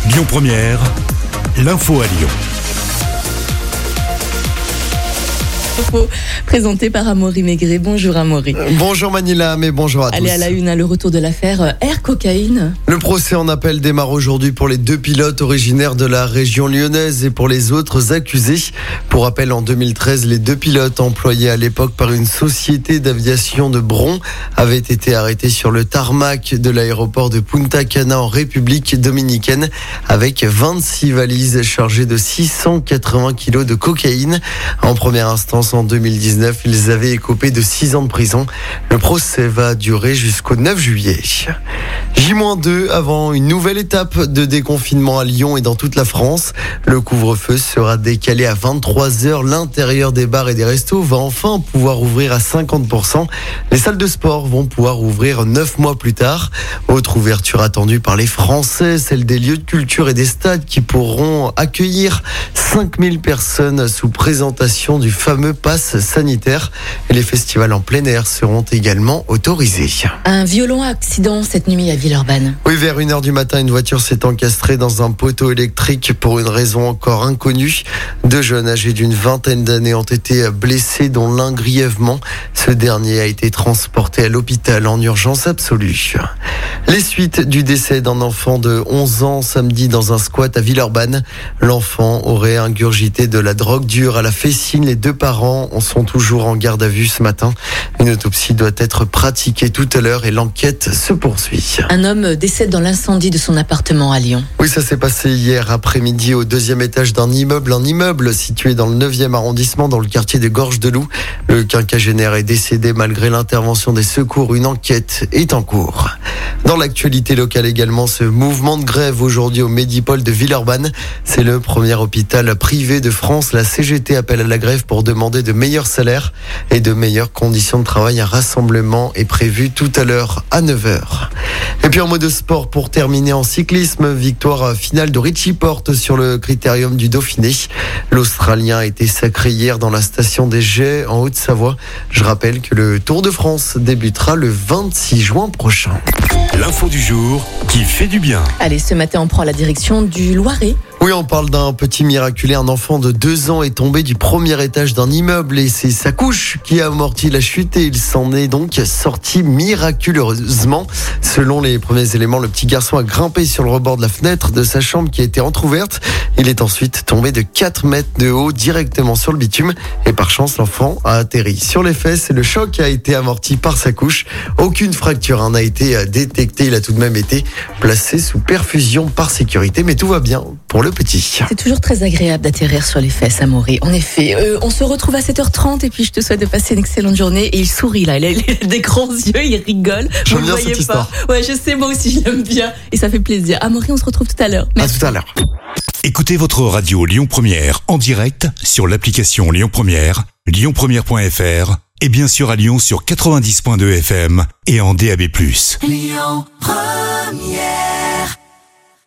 Lyon Première, l'info à Lyon. Présenté par Amaury Maigret. Bonjour Amaury. Bonjour Manila, mais bonjour à tous. Allez à la une, le retour de l'affaire Air Cocaïne. Le procès en appel démarre aujourd'hui pour les deux pilotes originaires de la région lyonnaise et pour les autres accusés. Pour rappel, en 2013, les deux pilotes employés à l'époque par une société d'aviation de Bron avaient été arrêtés sur le tarmac de l'aéroport de Punta Cana en République dominicaine avec 26 valises chargées de 680 kilos de cocaïne. En première instance, en 2019, ils avaient écopé de 6 ans de prison. Le procès va durer jusqu'au 9 juillet. J-2 avant une nouvelle étape de déconfinement à Lyon et dans toute la France. Le couvre-feu sera décalé à 23h. L'intérieur des bars et des restos va enfin pouvoir ouvrir à 50%. Les salles de sport vont pouvoir ouvrir 9 mois plus tard. Autre ouverture attendue par les Français, celle des lieux de culture et des stades qui pourront accueillir 5000 personnes sous présentation du fameux pass sanitaire. Et les festivals en plein air seront également autorisés. Un violent accident cette nuit à Villeurbanne. Oui, vers 1h du matin, une voiture s'est encastrée dans un poteau électrique pour une raison encore inconnue. Deux jeunes âgés d'une vingtaine d'années ont été blessés, dont l'un grièvement. Ce dernier a été transporté à l'hôpital en urgence absolue. Les suites du décès d'un enfant de 11 ans samedi dans un squat à Villeurbanne. L'enfant aurait ingurgité de la drogue dure à la fessine. Les deux parents sont toujours en garde à vue ce matin. Une autopsie doit être pratiquée tout à l'heure et l'enquête se poursuit. Un homme décède dans l'incendie de son appartement à Lyon. Oui, ça s'est passé hier après-midi au 2e étage d'un immeuble. Un immeuble situé dans le 9e arrondissement dans le quartier de Gorge-de-Loup. Le quinquagénaire est décédé malgré l'intervention des secours. Une enquête est en cours. Dans l'actualité locale également, ce mouvement de grève aujourd'hui au Medipôle de Villeurbanne. C'est le premier hôpital privé de France. La CGT appelle à la grève pour demander de meilleurs salaires et de meilleures conditions de travail. Un rassemblement est prévu tout à l'heure à 9h. Et puis en mode sport, pour terminer en cyclisme, victoire finale de Richie Porte sur le critérium du Dauphiné. L'Australien a été sacré hier dans la station des Jets en Haute-Savoie. Je rappelle que le Tour de France débutera le 26 juin prochain. L'info du jour qui fait du bien. Allez, ce matin, on prend la direction du Loiret. Oui, on parle d'un petit miraculé. Un enfant de 2 ans est tombé du premier étage d'un immeuble et c'est sa couche qui a amorti la chute et il s'en est donc sorti miraculeusement. Selon les premiers éléments, le petit garçon a grimpé sur le rebord de la fenêtre de sa chambre qui était entrouverte. Il est ensuite tombé de 4 mètres de haut directement sur le bitume et par chance, l'enfant a atterri sur les fesses et le choc a été amorti par sa couche. Aucune fracture n'a été détectée. Il a tout de même été placé sous perfusion par sécurité, mais tout va bien pour le petit. C'est toujours très agréable d'atterrir sur les fesses, Amaury. En effet, on se retrouve à 7h30 et puis je te souhaite de passer une excellente journée. Et il sourit là, il a des grands yeux, il rigole. J'aime bien cette histoire. Ouais, je sais, moi aussi je l'aime bien et ça fait plaisir. Amaury, on se retrouve tout à l'heure. Merci. À tout à l'heure. Écoutez votre radio Lyon Première en direct sur l'application Lyon Première, lyonpremière.fr et bien sûr à Lyon sur 90.2 FM et en DAB+. Lyon Première.